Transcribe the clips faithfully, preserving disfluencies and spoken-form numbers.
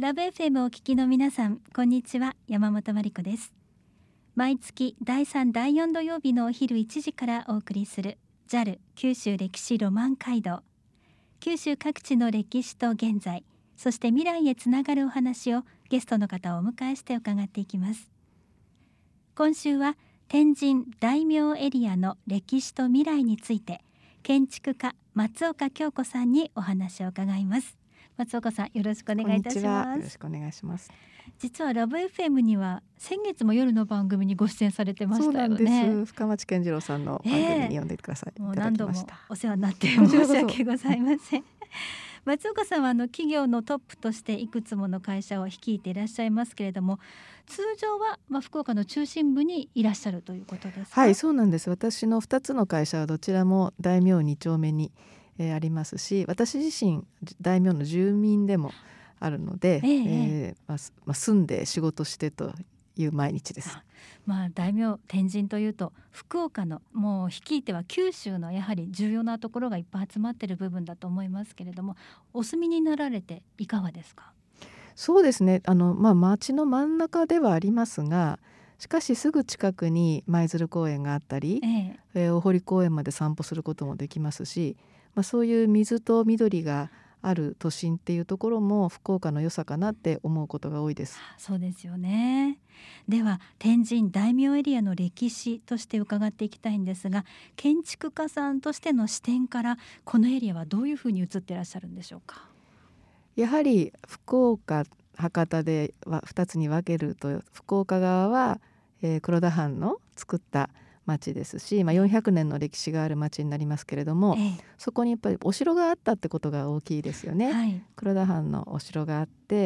ラブ エフエム をお聞きの皆さん、こんにちは。山本真理子です。毎月だいさんだいよん土曜日のお昼いちじからお送りする ジャル 九州歴史ロマン街道。九州各地の歴史と現在、そして未来へつながるお話をゲストの方をお迎えして伺っていきます。今週は天神大名エリアの歴史と未来について、建築家松岡京子さんにお話を伺います。松岡さん、よろしくお願いいたします。 よろしくお願いします。 実はラブ エフエム には先月も夜の番組にご出演されてましたよね。 そうなんです。深町健次郎さんの番組に呼んでください、 えー、もういただ何度もきました。 お世話になって申し訳ございません。松岡さんはあの企業のトップとしていくつもの会社を率いていらっしゃいますけれども、通常はまあ福岡の中心部にいらっしゃるということですか？ はい、そうなんです。私のふたつの会社はどちらも大名に丁目に、えー、ありますし、私自身大名の住民でもあるので、 えええーまあまあ、住んで仕事してという毎日です。 まあ、大名天神というと福岡のもう率いては九州のやはり重要なところがいっぱい集まっている部分だと思いますけれども、お住みになられていかがですか？ そうですね、あの、まあ、町の真ん中ではありますが、しかしすぐ近くに舞鶴公園があったり、 えええー大堀公園まで散歩することもできますし、まあ、そういう水と緑がある都心っていうところも福岡の良さかなって思うことが多いです。 そうですよね。では天神大名エリアの歴史として伺っていきたいんですが、建築家さんとしての視点からこのエリアはどういうふうに映っていらっしゃるんでしょうか？ やはり福岡博多ではふたつに分けると、福岡側は、えー黒田藩の作った町ですし、まあ、よんひゃくねんの歴史がある町になりますけれども、 えそこにやっぱりお城があったってことが大きいですよえね。 はい、 黒田藩のお城があって、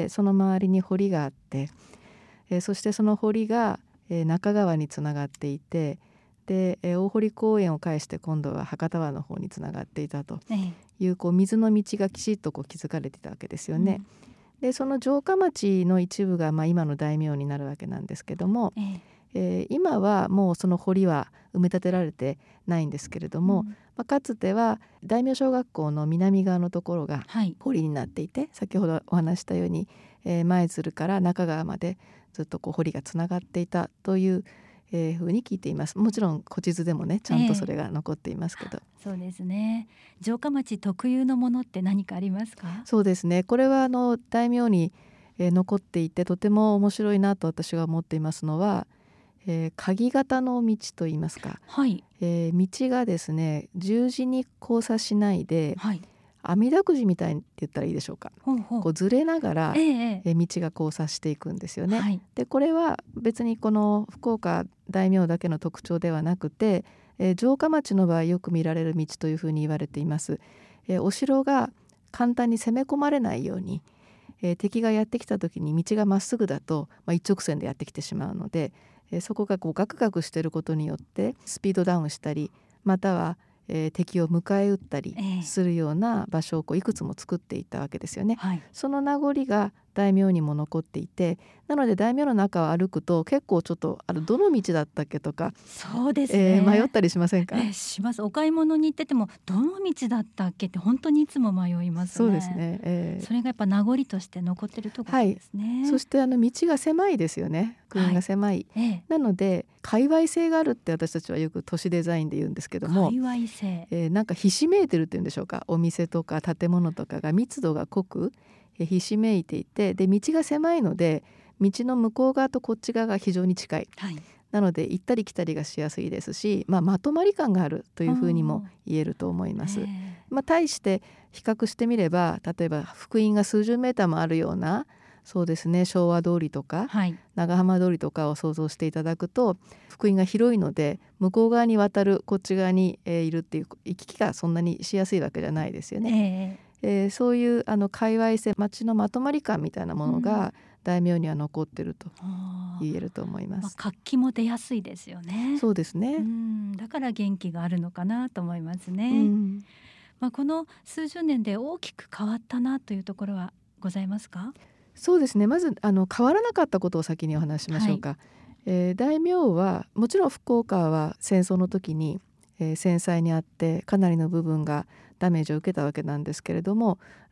その周りに堀があって、えーそしてその堀が、えー中川につながっていて、で、えー大堀公園を介して今度は博多湾の方につながっていたとええいう、こう水の道がきちっとこう築かれていたわけですよね。でその城下町の一部が、まあ、今の大名になるわけなんですけども、 うんえええー今はもうその堀は埋め立てられてないんですけれども、 うんまあ、かつては大名小学校の南側のところがはい堀になっていて、先ほどお話したように、えー舞鶴から中川までずっとこう堀がつながっていたという、えー、ふうに聞いています。もちろん古地図でもねちゃんとそれが残っていますけど、 そうですね。城下町特有のものって何かありますか？ そうですね、これはあの大名に、えー残っていてとても面白いなと私は思っていますのは、えー鍵型の道といいますか、 はい、 えー道がですね十字に交差しないで、 はい、 網だくじみたいって言ったらいいでしょうか、 ほうほうこうずれながら、 ええええー道が交差していくんですよね。 はい、 でこれは別にこの福岡大名だけの特徴ではなくて、えー城下町の場合よく見られる道というふうに言われています。えーお城が簡単に攻め込まれないように、えー敵がやってきた時に道がまっすぐだと、まあ、一直線でやってきてしまうので、えーそこがこうガクガクしていることによってスピードダウンしたり、または、えー敵を迎え撃ったりええするような場所をこういくつも作っていったわけですよね。 はい、 その名残が大名にも残っていて、なので大名の中を歩くと結構ちょっとあのどの道だったっけとか、 そうですね、 えー迷ったりしませんか？ ええします。お買い物に行っててもどの道だったっけって本当にいつも迷いますね。 そうですね、えーそれがやっぱ名残として残ってるところですね。 そしてあの道が狭いですよね。区分が狭い、 ええなので界隈性があるって私たちはよく都市デザインで言うんですけども、 界隈性、 えーなんかひしめいてるっていうんでしょうか、お店とか建物とかが密度が濃く、えーひしめいていて、で道が狭いので道の向こう側とこっち側が非常に近い、 はい、 なので行ったり来たりがしやすいですし、まあ、まとまり感があるというふうにも言えると思います。 ええまあ、対して比較してみれば、例えば福音が数十メーターもあるような、そうですね、昭和通りとかはい、 長浜通りとかを想像していただくと、福音が広いので向こう側に渡るこっち側に、えーいるっていう行き来がそんなにしやすいわけじゃないですよね。 えええーそういうあの界隈性、町のまとまり感みたいなものが大名には残ってるとあー言えると思いままあ、 す。 活気も出やすいですよね。 そうですね、 うんだから元気があるのかなと思いますね。 うんまあ、この数十年で大きく変わったなというところはございますか？ そうですね、まずあの変わらなかったことを先にお話ししましょうか。えー大名はもちろん福岡は戦争の時に、えー戦災にあってかなりの部分がダメージを受けたわけなんですけれども、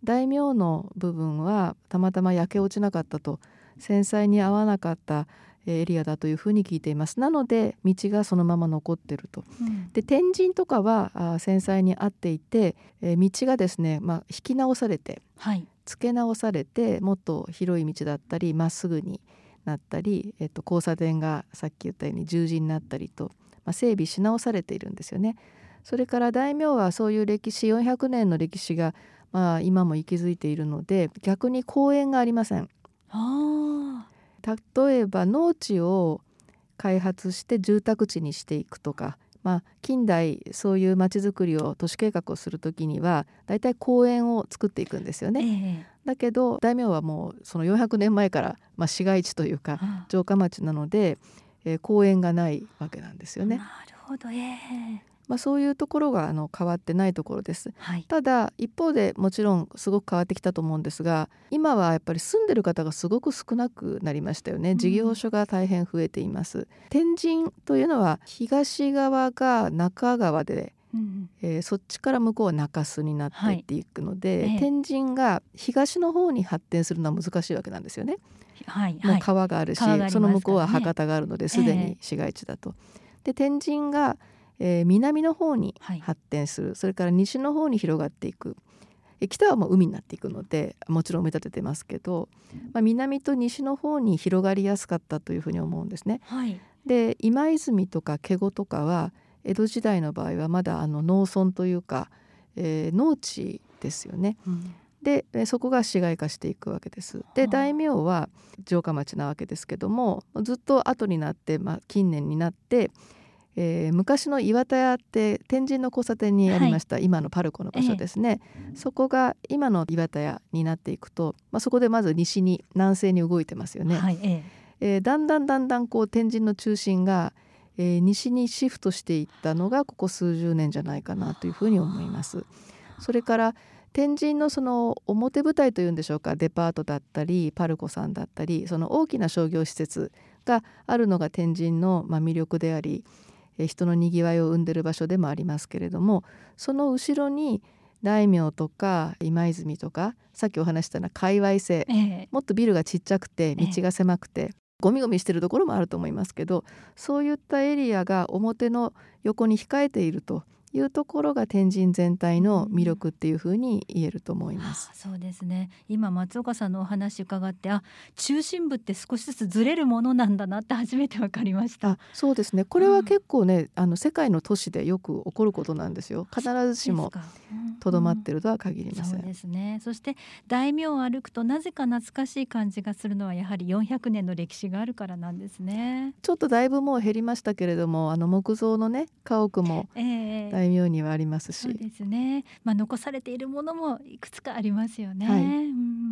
大名の部分はたまたま焼け落ちなかったと、戦災に合わなかったエリアだというふうに聞いています。なので道がそのまま残っていると、うん、で天神とかはあ戦災に合っていて、えー、道がですね、まあ、引き直されて、はい、付け直されてもっと広い道だったりまっすぐになったり、えっと、交差点がさっき言ったように十字になったりと、まあ、整備し直されているんですよね。それから大名はそういう歴史よんひゃくねんの歴史が、まあ、今も息づいているので逆に公園がありません。あ例えば農地を開発して住宅地にしていくとか、まあ、近代そういう町づくりを都市計画をするときにはだいたい公園を作っていくんですよね、えー、だけど大名はもうそのよんひゃくねんまえから、まあ、市街地というか城下町なので、えー、公園がないわけなんですよね。 なるほど、えーまあ、そういうところがあの変わってないところです、はい、ただ一方でもちろんすごく変わってきたと思うんですが、今はやっぱり住んでる方がすごく少なくなりましたよね。事業所が大変増えています、うん、天神というのは東側が中川で、うんえー、そっちから向こうは中洲になっていっていくので、はい、天神が東の方に発展するのは難しいわけなんですよね、はいはい、もう川があるし、ね、その向こうは博多があるのですでに市街地だと、えー、で天神がえー、南の方に発展する、はい、それから西の方に広がっていく、え北はもう海になっていくのでもちろん埋め立ててますけど、まあ、南と西の方に広がりやすかったというふうに思うんですね、はい、で今泉とか華厳とかは江戸時代の場合はまだあの農村というか、えー、農地ですよね、うん、でそこが市街化していくわけです。で大名は城下町なわけですけどもずっと後になって、まあ、近年になってえー、昔の岩田屋って天神の交差点にありました、はい、今のパルコの場所ですね、ええ、そこが今の岩田屋になっていくと、まあ、そこでまず西に南西に動いてますよね、はいえええー、だんだんだんだんこう天神の中心が、えー、西にシフトしていったのがここ数十年じゃないかなというふうに思います。それから天神のその表舞台というんでしょうか、デパートだったりパルコさんだったりその大きな商業施設があるのが天神のまあ魅力であり、人のにぎわいを生んでいる場所でもありますけれども、その後ろに大名とか今泉とかさっきお話したような界隈性、ええ、もっとビルがちっちゃくて道が狭くて、ええ、ゴミゴミしてるところもあると思いますけど、そういったエリアが表の横に控えているというところが天神全体の魅力っていうふうに言えると思います、 うん、そうですね。今松岡さんのお話伺って、あ、中心部って少しずつずれるものなんだなって初めて分かりました。 あ、そうですね。これは結構ね、うん、あの世界の都市でよく起こることなんですよ。必ずしもとどまっているとは限りません、 うんうん、そうですね。そして大名を歩くとなぜか懐かしい感じがするのはやはりよんひゃくねんの歴史があるからなんですね。 ちょっとだいぶもう減りましたけれども、あの木造のね家屋も大名にはありますし、 えー、そうですね、まあ、残されているものもいくつかありますよね、はい、うん、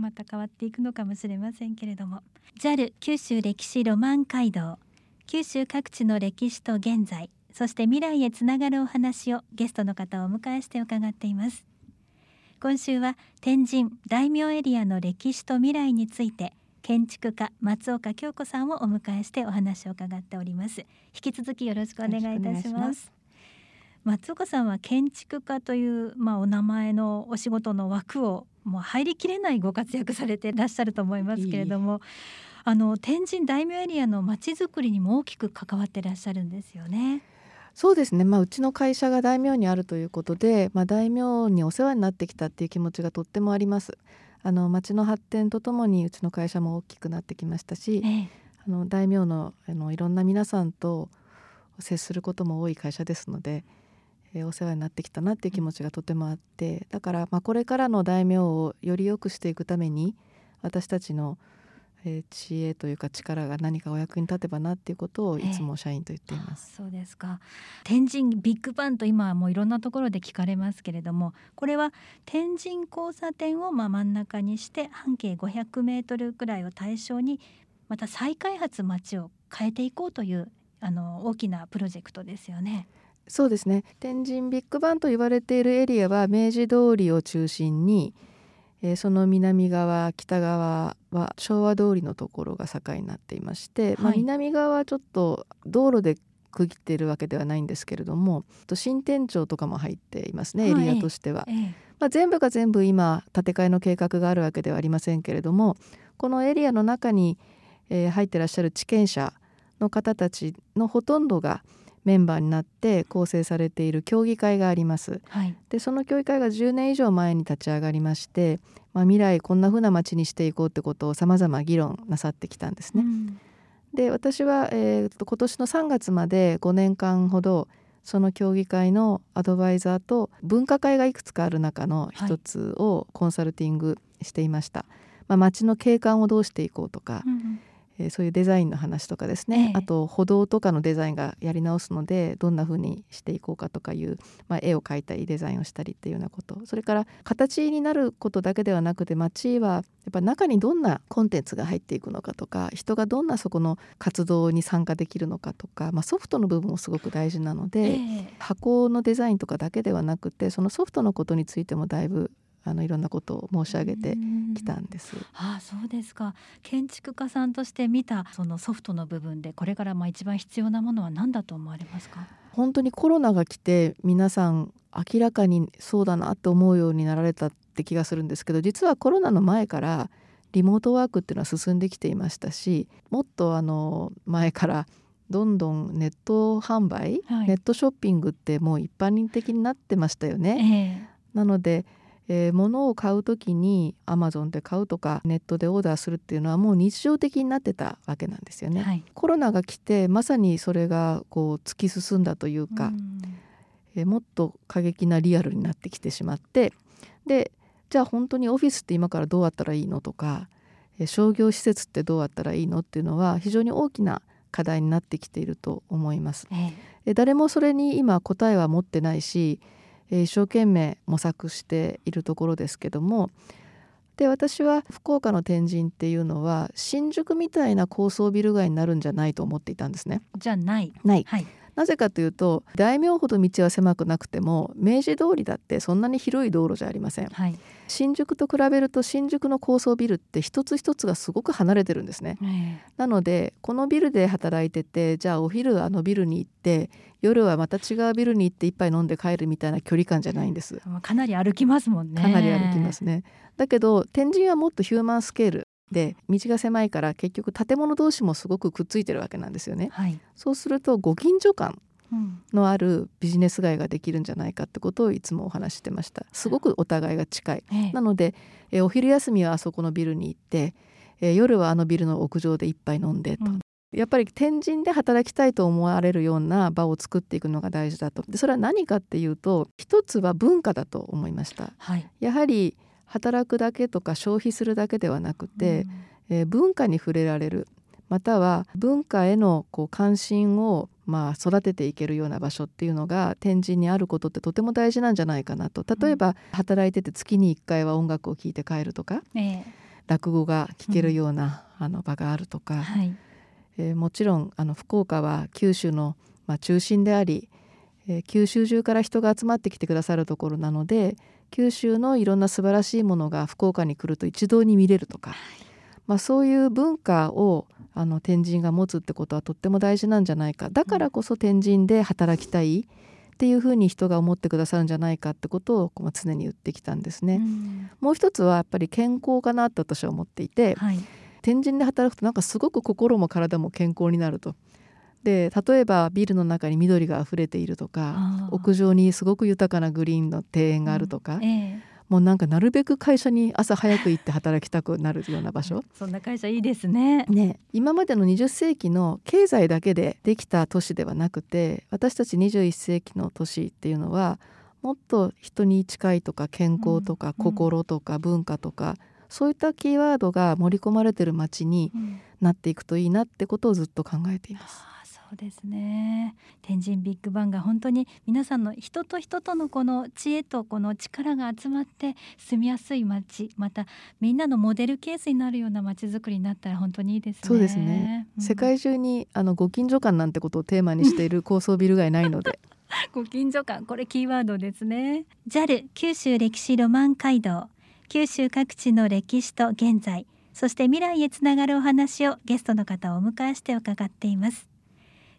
また変わっていくのかもしれませんけれども、 ジャル 九州歴史ロマン街道、九州各地の歴史と現在、そして未来へつながるお話をゲストの方をお迎えして伺っています。今週は天神大名エリアの歴史と未来について建築家松岡京子さんをお迎えしてお話を伺っております。引き続きよろしくお願いいたします。松岡さんは建築家という、まあ、お名前のお仕事の枠をもう入りきれないご活躍されていらっしゃると思いますけれども、いいあの天神大名エリアのまちづくりにも大きく関わっていらっしゃるんですよね。 そうですね、まあ、うちの会社が大名にあるということで、まあ、大名にお世話になってきたっていう気持ちがとってもあります。あの町の発展とともにうちの会社も大きくなってきましたし、ええ、あの大名の、あのいろんな皆さんと接することも多い会社ですので、えー、お世話になってきたなっていう気持ちがとてもあって、だから、まあ、これからの大名をより良くしていくために私たちのえー、知恵というか力が何かお役に立てばなっていうことをいつも社員と言っています、 えー、そうですか。天神ビッグバンと今はもういろんなところで聞かれますけれども、これは天神交差点をまあ真ん中にして半径ごひゃくメートルくらいを対象にまた再開発町を変えていこうというあの大きなプロジェクトですよね。 そうですね。天神ビッグバンと言われているエリアは明治通りを中心に、えー、その南側北側は昭和通りのところが境になっていまして、はい、まあ、南側はちょっと道路で区切っているわけではないんですけれども、新店長とかも入っていますね、エリアとしては、 ええまあ、全部が全部今建て替えの計画があるわけではありませんけれども、このエリアの中に、えー、入ってらっしゃる地権者の方たちのほとんどがメンバーになって構成されている協議会があります、 はい、 でその協議会がじゅうねん以上前に立ち上がりまして、まあ、未来こんな風な街にしていこうってことをさまざま議論なさってきたんですね、うん、で私は、えー、と今年のさんがつまでごねんかんほどその協議会のアドバイザーと分科会がいくつかある中の一つをコンサルティングしていました、はい、まあ、街の景観をどうしていこうとか、うんえー、そういうデザインの話とかですね、ええ、あと歩道とかのデザインがやり直すのでどんな風にしていこうかとかいう、まあ、絵を描いたりデザインをしたりっていうようなこと、それから形になることだけではなくて街はやっぱ中にどんなコンテンツが入っていくのかとか、人がどんなそこの活動に参加できるのかとか、まあ、ソフトの部分もすごく大事なので、ええ、箱のデザインとかだけではなくてそのソフトのことについてもだいぶあのいろんなことを申し上げてきたんです。 ああ、そうですか。建築家さんとして見たそのソフトの部分でこれからまあ一番必要なものは何だと思われますか？ 本当にコロナが来て皆さん明らかにそうだなと思うようになられたって気がするんですけど、実はコロナの前からリモートワークっていうのは進んできていましたし、もっとあの前からどんどんネット販売、はい、ネットショッピングってもう一般的になってましたよね、えー、なのでえー、物を買うときにアマゾンで買うとかネットでオーダーするっていうのはもう日常的になってたわけなんですよね、はい、コロナが来てまさにそれがこう突き進んだというか、うん、えー、もっと過激なリアルになってきてしまって、でじゃあ本当にオフィスって今からどうやったらいいのとか、えー、商業施設ってどうやったらいいのっていうのは非常に大きな課題になってきていると思います、えー、誰もそれに今答えは持ってないし、一生懸命模索しているところですけども、で私は福岡の天神っていうのは新宿みたいな高層ビル街になるんじゃないと思っていたんですね。 じゃないない、はい、なぜかというと大名ほど道は狭くなくても明治通りだってそんなに広い道路じゃありません、はい、新宿と比べると新宿の高層ビルって一つ一つがすごく離れてるんですね、なのでこのビルで働いてて、じゃあお昼あのビルに行って夜はまた違うビルに行って一杯飲んで帰るみたいな距離感じゃないんです。 かなり歩きますもんね。 かなり歩きますね。だけど天神はもっとヒューマンスケールで道が狭いから結局建物同士もすごくくっついてるわけなんですよね、はい、そうするとご近所感のあるビジネス街ができるんじゃないかってことをいつもお話してました。すごくお互いが近い、ええ、なのでえお昼休みはあそこのビルに行ってえ夜はあのビルの屋上で一杯飲んでと、うん、やっぱり天神で働きたいと思われるような場を作っていくのが大事だと。でそれは何かっていうと一つは文化だと思いました、はい、やはり働くだけとか消費するだけではなくて、うんえー、文化に触れられる、または文化へのこう関心をまあ育てていけるような場所っていうのが天神にあることってとても大事なんじゃないかなと。例えば、うん、働いてて月にいっかいは音楽を聴いて帰るとか、えー、落語が聴けるような、うん、あの場があるとか、はいえー、もちろんあの福岡は九州の、まあ、中心であり、えー、九州中から人が集まってきてくださるところなので、九州のいろんな素晴らしいものが福岡に来ると一堂に見れるとか、まあ、そういう文化をあの天神が持つってことはとっても大事なんじゃないか。だからこそ天神で働きたいっていうふうに人が思ってくださるんじゃないかってことを常に言ってきたんですね、うん、もう一つはやっぱり健康かなと私は思っていて、はい、天神で働くとなんかすごく心も体も健康になると。で例えばビルの中に緑があふれているとか、屋上にすごく豊かなグリーンの庭園があるとか、うんええ、もうなんかなるべく会社に朝早く行って働きたくなるような場所そんな会社いいです ね, ね今までのにじゅっせいきの経済だけでできた都市ではなくて、私たちにじゅういっせいきの都市っていうのはもっと人に近いとか健康とか心とか文化とか、うんうん、そういったキーワードが盛り込まれている街になっていくといいなってことをずっと考えています、 うんそうですね。天神ビッグバンが本当に皆さんの人と人とのこの知恵とこの力が集まって住みやすい街、またみんなのモデルケースになるような街づくりになったら本当にいいですね。 そうですね、うん、世界中にあのご近所感なんてことをテーマにしている高層ビル街ないのでご近所感、これキーワードですね。 ジャル 九州歴史ロマン街道、九州各地の歴史と現在、そして未来へつながるお話をゲストの方をお迎えして伺っています。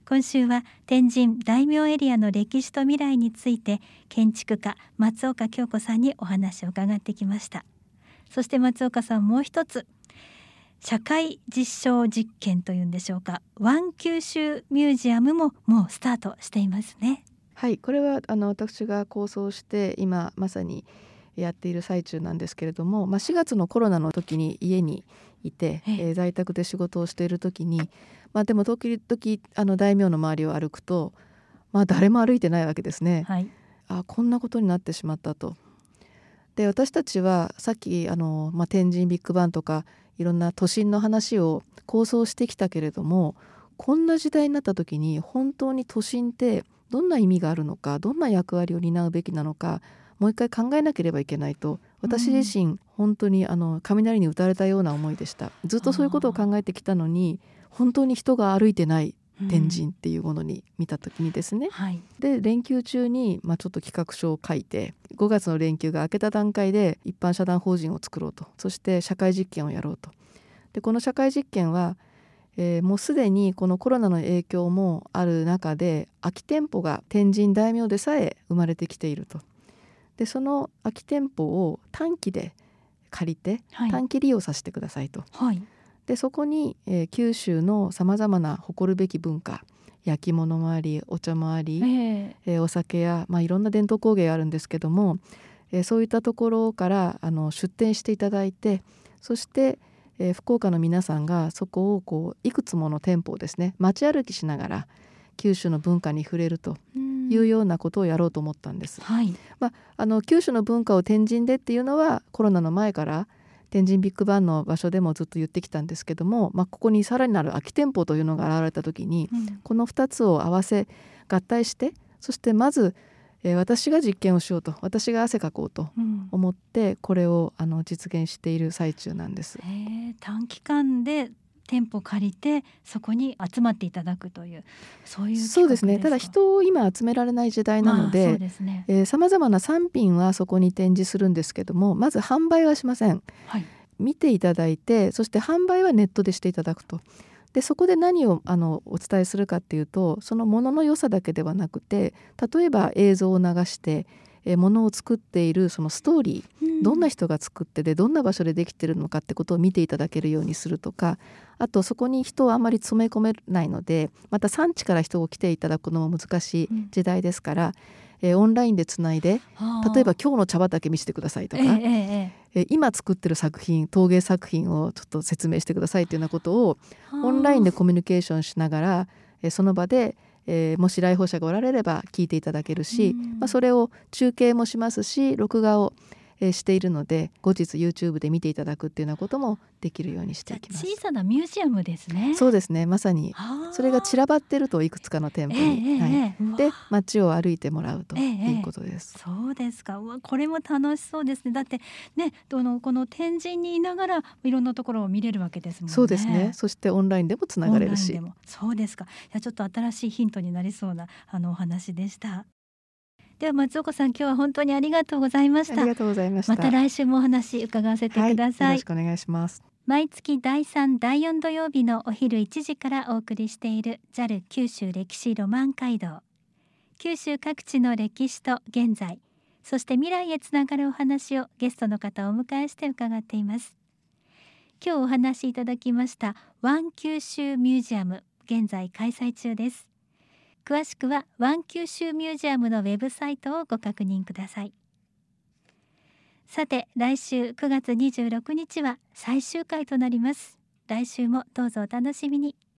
今週は天神大名エリアの歴史と未来について建築家松岡京子さんにお話を伺ってきました。そして松岡さん、もう一つ社会実証実験というんでしょうか、ワン九州ミュージアムももうスタートしていますね。 はい、これはあの私が構想して今まさにやっている最中なんですけれども、まあ、しがつのコロナの時に家にいて、えー、在宅で仕事をしている時に、まあ、でも時々あの大名の周りを歩くと、まあ、誰も歩いてないわけですね、はい、あこんなことになってしまったと。で私たちはさっきあの、まあ、天神ビッグバンとかいろんな都心の話を構想してきたけれども、こんな時代になった時に本当に都心ってどんな意味があるのか、どんな役割を担うべきなのか、もう一回考えなければいけないと私自身、うん、本当にあの雷に打たれたような思いでした。ずっとそういうことを考えてきたのに、本当に人が歩いてない天神っていうものに見た時にですね、うんはい、で連休中に、まあ、ちょっと企画書を書いて、ごがつの連休が明けた段階で一般社団法人を作ろうと、そして社会実験をやろうと。でこの社会実験は、えー、もうすでにこのコロナの影響もある中で空き店舗が天神大名でさえ生まれてきていると。でその空き店舗を短期で借りて、はい、短期利用させてくださいと、はい、でそこに、えー、九州のさまざまな誇るべき文化、焼き物もありお茶もあり、えーえー、お酒や、まあ、いろんな伝統工芸があるんですけども、えー、そういったところからあの出店していただいて、そして、えー、福岡の皆さんがそこをこういくつもの店舗をですね街歩きしながら九州の文化に触れるというようなことをやろうと思ったんです、はいまあ、あの九州の文化を天神でっていうのはコロナの前から天神ビッグバンの場所でもずっと言ってきたんですけども、まあ、ここにさらなる空き店舗というのが現れた時に、うん、このふたつを合わせ合体して、そしてまず、えー、私が実験をしようと、私が汗かこうと思って、うん、これをあの実現している最中なんです。 へー、短期間で店舗借りてそこに集まっていただくという、そういう企画ですか？ そうですね。ただ人を今集められない時代なので、さまざまな産品はそこに展示するんですけども、まず販売はしません、はい、見ていただいて、そして販売はネットでしていただくと。でそこで何をあのお伝えするかっていうと、そのものの良さだけではなくて、例えば映像を流してえものを作っているそのストーリー、うん、どんな人が作ってでどんな場所でできているのかってことを見ていただけるようにするとか、あとそこに人をあまり詰め込めないので、また産地から人を来ていただくのも難しい時代ですから、うんえー、オンラインでつないで、例えば今日の茶畑見せてくださいとか、えーえー、今作ってる作品、陶芸作品をちょっと説明してくださいというようなことをオンラインでコミュニケーションしながら、えー、その場でえー、もし来訪者がおられれば聞いていただけるし、まあ、それを中継もしますし録画を、えー、しているので、後日 YouTube で見ていただくっていうようなこともできるようにしていきます。 小さなミュージアムですね。 そうですね、まさにそれが散らばってるといくつかの店舗に、えーはいえー、で街を歩いてもらうということです、 えーえー、そうですか。うわこれも楽しそうですね。だってね、どのこの天神にいながらいろんなところを見れるわけですもんね。 そうですね。そしてオンラインでもつながれるし。 そうですか。いやちょっと新しいヒントになりそうなあのお話でした。では松岡さん、今日は本当にありがとうございました。 ありがとうございました。 また来週もお話伺わせてください、 はい、よろしくお願いします。 毎月だいさんだいよん土曜日のお昼いちじからお送りしている ジャル 九州歴史ロマン街道。九州各地の歴史と現在、そして未来へつながるお話をゲストの方をお迎えして伺っています。今日お話しいただきましたワン九州ミュージアム、現在開催中です。詳しくはワン九州ミュージアムのウェブサイトをご確認ください。さて来週くがつにじゅうろくにちは最終回となります。来週もどうぞお楽しみに。